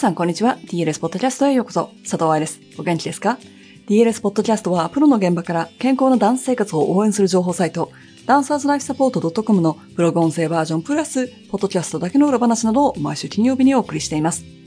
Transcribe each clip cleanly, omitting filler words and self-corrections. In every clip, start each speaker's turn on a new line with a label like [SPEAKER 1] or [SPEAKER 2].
[SPEAKER 1] さんこんにちは。DLS ポッドキャストへようこそ。佐藤愛です。お元気ですか？ DLS ポッドキャストはプロの現場から健康なダンス生活を応援する情報サイト、ダンサーズライフサポート .com のブログ音声バージョンプラス、ポッドキャストだけの裏話などを毎週金曜日にお送りしています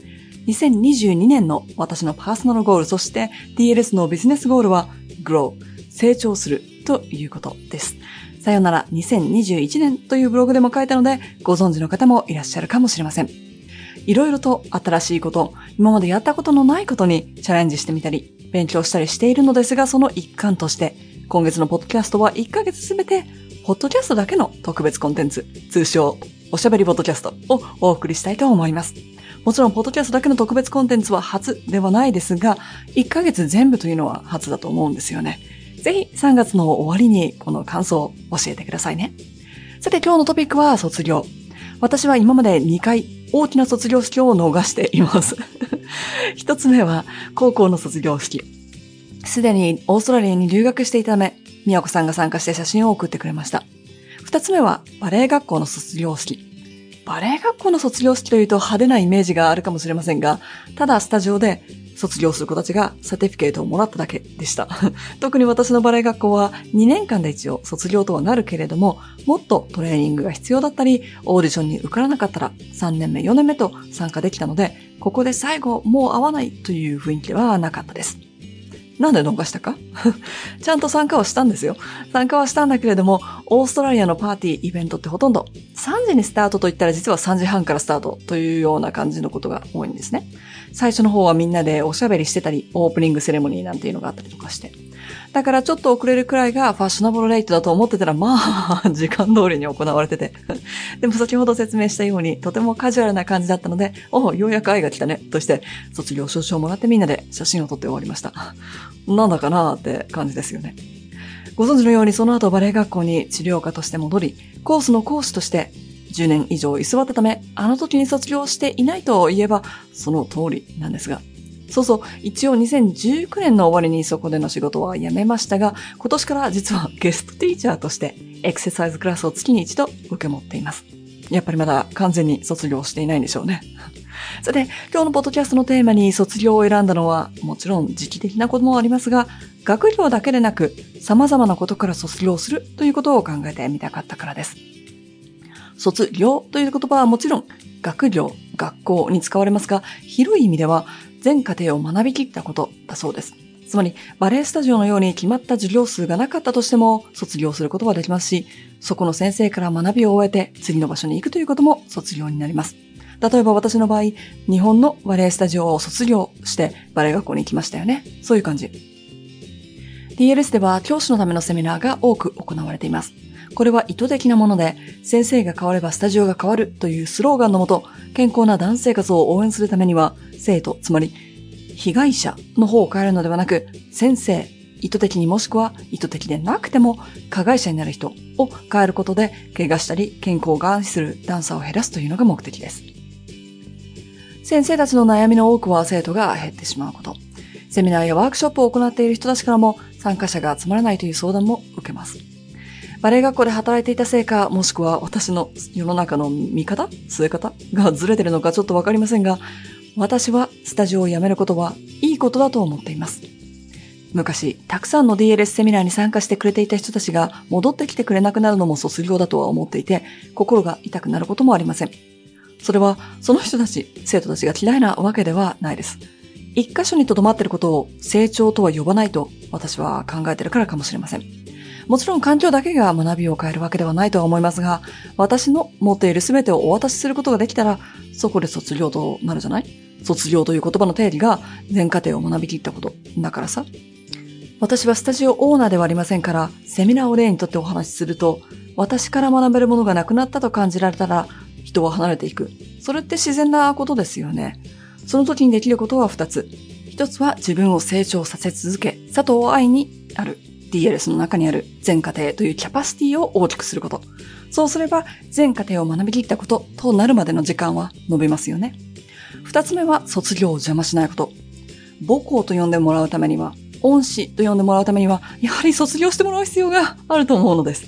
[SPEAKER 1] 。2022年の私のパーソナルゴール、そして DLS のビジネスゴールは Grow、成長するということです。さよなら2021年というブログでも書いたので、ご存知の方もいらっしゃるかもしれません。いろいろと新しいこと、今までやったことのないことにチャレンジしてみたり、勉強したりしているのですが、その一環として、今月のポッドキャストは1ヶ月すべて、ポッドキャストだけの特別コンテンツ、通称、おしゃべりポッドキャストをお送りしたいと思います。もちろん、ポッドキャストだけの特別コンテンツは初ではないですが、1ヶ月全部というのは初だと思うんですよね。ぜひ3月の終わりにこの感想を教えてくださいね。さて今日のトピックは卒業。私は今まで2回大きな卒業式を逃しています。一つ目は高校の卒業式。すでにオーストラリアに留学していたため、宮子さんが参加して写真を送ってくれました。二つ目はバレエ学校の卒業式。バレエ学校の卒業式というと派手なイメージがあるかもしれませんが、ただスタジオで卒業する子たちがサティフィケートをもらっただけでした。特に私のバレエ学校は2年間で一応卒業とはなるけれども、もっとトレーニングが必要だったり、オーディションに受からなかったら3年目、4年目と参加できたので、ここで最後もう会わないという雰囲気ではなかったです。なんで逃したかちゃんと参加はしたんですよ。参加はしたんだけれども、オーストラリアのパーティー、イベントってほとんど3時にスタートと言ったら実は3時半からスタートというような感じのことが多いんですね。最初の方はみんなでおしゃべりしてたり、オープニングセレモニーなんていうのがあったりとかして。だからちょっと遅れるくらいがファッショナブルレイトだと思ってたら、まあ、時間通りに行われてて。でも先ほど説明したように、とてもカジュアルな感じだったので、ようやく愛が来たね、として、卒業証書をもらってみんなで写真を撮って終わりました。なんだかなーって感じですよね。ご存知のようにその後バレエ学校に治療家として戻り、コースの講師として10年以上居座ったため、あの時に卒業していないと言えばその通りなんですが。そう、一応2019年の終わりにそこでの仕事は辞めましたが、今年から実はゲストティーチャーとしてエクササイズクラスを月に一度受け持っています。やっぱりまだ完全に卒業していないんでしょうね。さて、今日のポッドキャストのテーマに卒業を選んだのは、もちろん時期的なこともありますが、学業だけでなく、様々なことから卒業するということを考えてみたかったからです。卒業という言葉はもちろん、学業、学校に使われますが、広い意味では、全課程を学び切ったことだそうです。つまり、バレエスタジオのように決まった授業数がなかったとしても、卒業することはできますし、そこの先生から学びを終えて、次の場所に行くということも卒業になります。例えば私の場合、日本のバレエスタジオを卒業してバレエ学校に行きましたよね。そういう感じ。DLS では教師のためのセミナーが多く行われています。これは意図的なもので、先生が変わればスタジオが変わるというスローガンのもと、健康なダンス生活を応援するためには、生徒、つまり被害者の方を変えるのではなく、先生、意図的にもしくは意図的でなくても加害者になる人を変えることで、怪我したり健康を害するダンサーを減らすというのが目的です。先生たちの悩みの多くは生徒が減ってしまうこと。セミナーやワークショップを行っている人たちからも参加者が集まらないという相談も受けます。バレエ学校で働いていたせいか、もしくは私の世の中の見方、据え方がずれてるのかちょっとわかりませんが、私はスタジオを辞めることはいいことだと思っています。昔、たくさんの DLS セミナーに参加してくれていた人たちが戻ってきてくれなくなるのも卒業だとは思っていて、心が痛くなることもありません。それは、その人たち、生徒たちが嫌いなわけではないです。一箇所に留まっていることを成長とは呼ばないと私は考えているからかもしれません。もちろん環境だけが学びを変えるわけではないとは思いますが、私の持っている全てをお渡しすることができたら、そこで卒業となるじゃない？卒業という言葉の定義が全課程を学び切ったことだからさ。私はスタジオオーナーではありませんから、セミナーを例にとってお話しすると、私から学べるものがなくなったと感じられたら、人は離れていく。それって自然なことですよね。その時にできることは2つ。1つは自分を成長させ続け、佐藤愛にある DLS の中にある全課程というキャパシティを大きくすること。そうすれば全課程を学び切ったこととなるまでの時間は伸びますよね。2つ目は卒業を邪魔しないこと。母校と呼んでもらうためには、恩師と呼んでもらうためには、やはり卒業してもらう必要があると思うのです。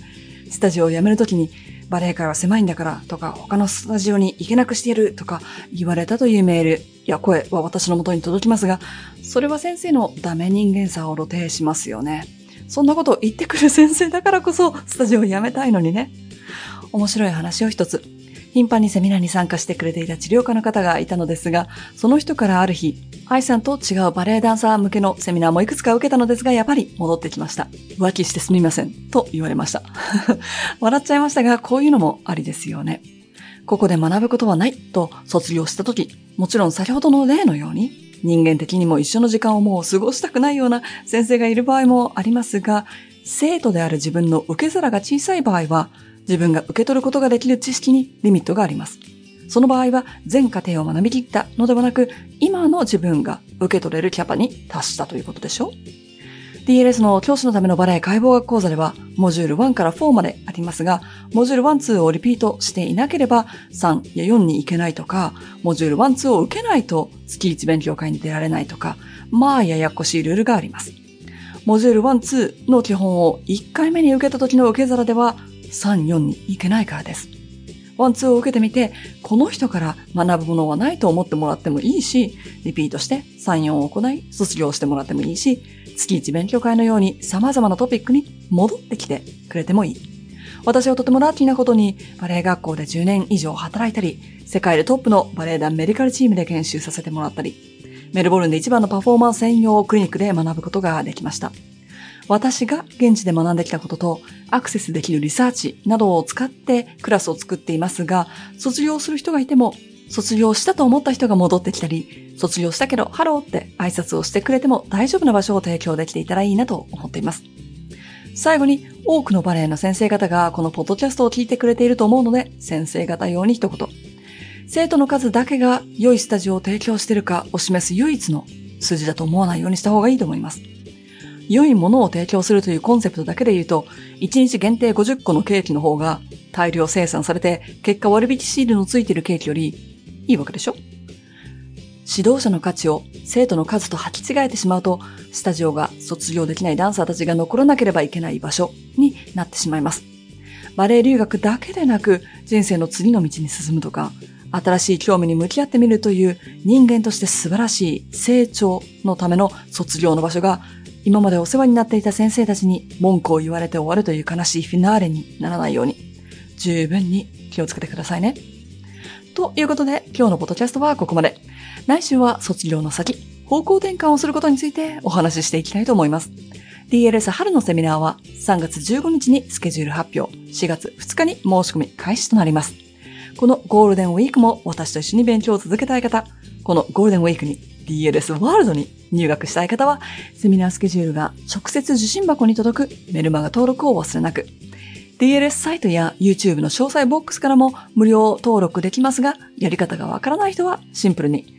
[SPEAKER 1] スタジオを辞めるときに、バレエ界は狭いんだからとか、他のスタジオに行けなくしてやるとか言われたというメールや声は私の元に届きますが、それは先生のダメ人間さを露呈しますよね。そんなことを言ってくる先生だからこそスタジオを辞めたいのにね。面白い話を一つ。頻繁にセミナーに参加してくれていた治療家の方がいたのですが、その人からある日、愛さんと違うバレエダンサー向けのセミナーもいくつか受けたのですが、やっぱり戻ってきました。浮気してすみません、と言われました。笑っちゃいましたが、こういうのもありですよね。ここで学ぶことはないと卒業したとき、もちろん先ほどの例のように、人間的にも一緒の時間をもう過ごしたくないような先生がいる場合もありますが、生徒である自分の受け皿が小さい場合は、自分が受け取ることができる知識にリミットがあります。その場合は全過程を学び切ったのではなく、今の自分が受け取れるキャパに達したということでしょう。DLS の教師のためのバレエ解剖学講座では、モジュール1から4までありますが、モジュール1、2をリピートしていなければ、3や4に行けないとか、モジュール1、2を受けないと月1勉強会に出られないとか、まあややこしいルールがあります。モジュール1、2の基本を1回目に受けた時の受け皿では、3、4に行けないからです。1、2を受けてみて、この人から学ぶものはないと思ってもらってもいいし、リピートして3、4を行い、卒業してもらってもいいし、月1勉強会のように様々なトピックに戻ってきてくれてもいい。私はとてもラッキーなことに、バレエ学校で10年以上働いたり、世界でトップのバレエ団メディカルチームで研修させてもらったり、メルボルンで一番のパフォーマンス専用クリニックで学ぶことができました。私が現地で学んできたこととアクセスできるリサーチなどを使ってクラスを作っていますが、卒業する人がいても、卒業したと思った人が戻ってきたり、卒業したけどハローって挨拶をしてくれても大丈夫な場所を提供できていたらいいなと思っています。最後に多くのバレエの先生方がこのポッドキャストを聞いてくれていると思うので、先生方用に一言。生徒の数だけが良いスタジオを提供しているかを示す唯一の数字だと思わないようにした方がいいと思います。良いものを提供するというコンセプトだけで言うと、1日限定50個のケーキの方が大量生産されて結果割引シールのついているケーキよりいいわけでしょ？指導者の価値を生徒の数と履き違えてしまうと、スタジオが卒業できないダンサーたちが残らなければいけない場所になってしまいます。バレエ留学だけでなく、人生の次の道に進むとか、新しい興味に向き合ってみるという人間として素晴らしい成長のための卒業の場所が、今までお世話になっていた先生たちに文句を言われて終わるという悲しいフィナーレにならないように、十分に気をつけてくださいね。ということで、今日のポッドキャストはここまで。来週は卒業の先、方向転換をすることについてお話ししていきたいと思います。DLS 春のセミナーは3月15日にスケジュール発表、4月2日に申し込み開始となります。このゴールデンウィークも私と一緒に勉強を続けたい方、このゴールデンウィークに DLS ワールドに入学したい方は、セミナースケジュールが直接受信箱に届くメルマガ登録をお忘れなく。DLS サイトや YouTube の詳細ボックスからも無料登録できますが、やり方がわからない人はシンプルに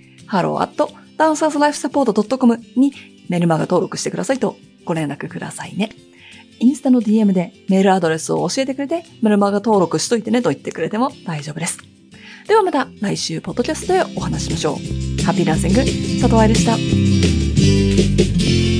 [SPEAKER 1] hello@dancerslifesupport.com にメルマガ登録してくださいとご連絡くださいね。インスタの DM でメールアドレスを教えてくれて、メルマガ登録しといてねと言ってくれても大丈夫です。ではまた来週ポッドキャストでお話しましょう。ハッピーダンシング、佐藤愛でした。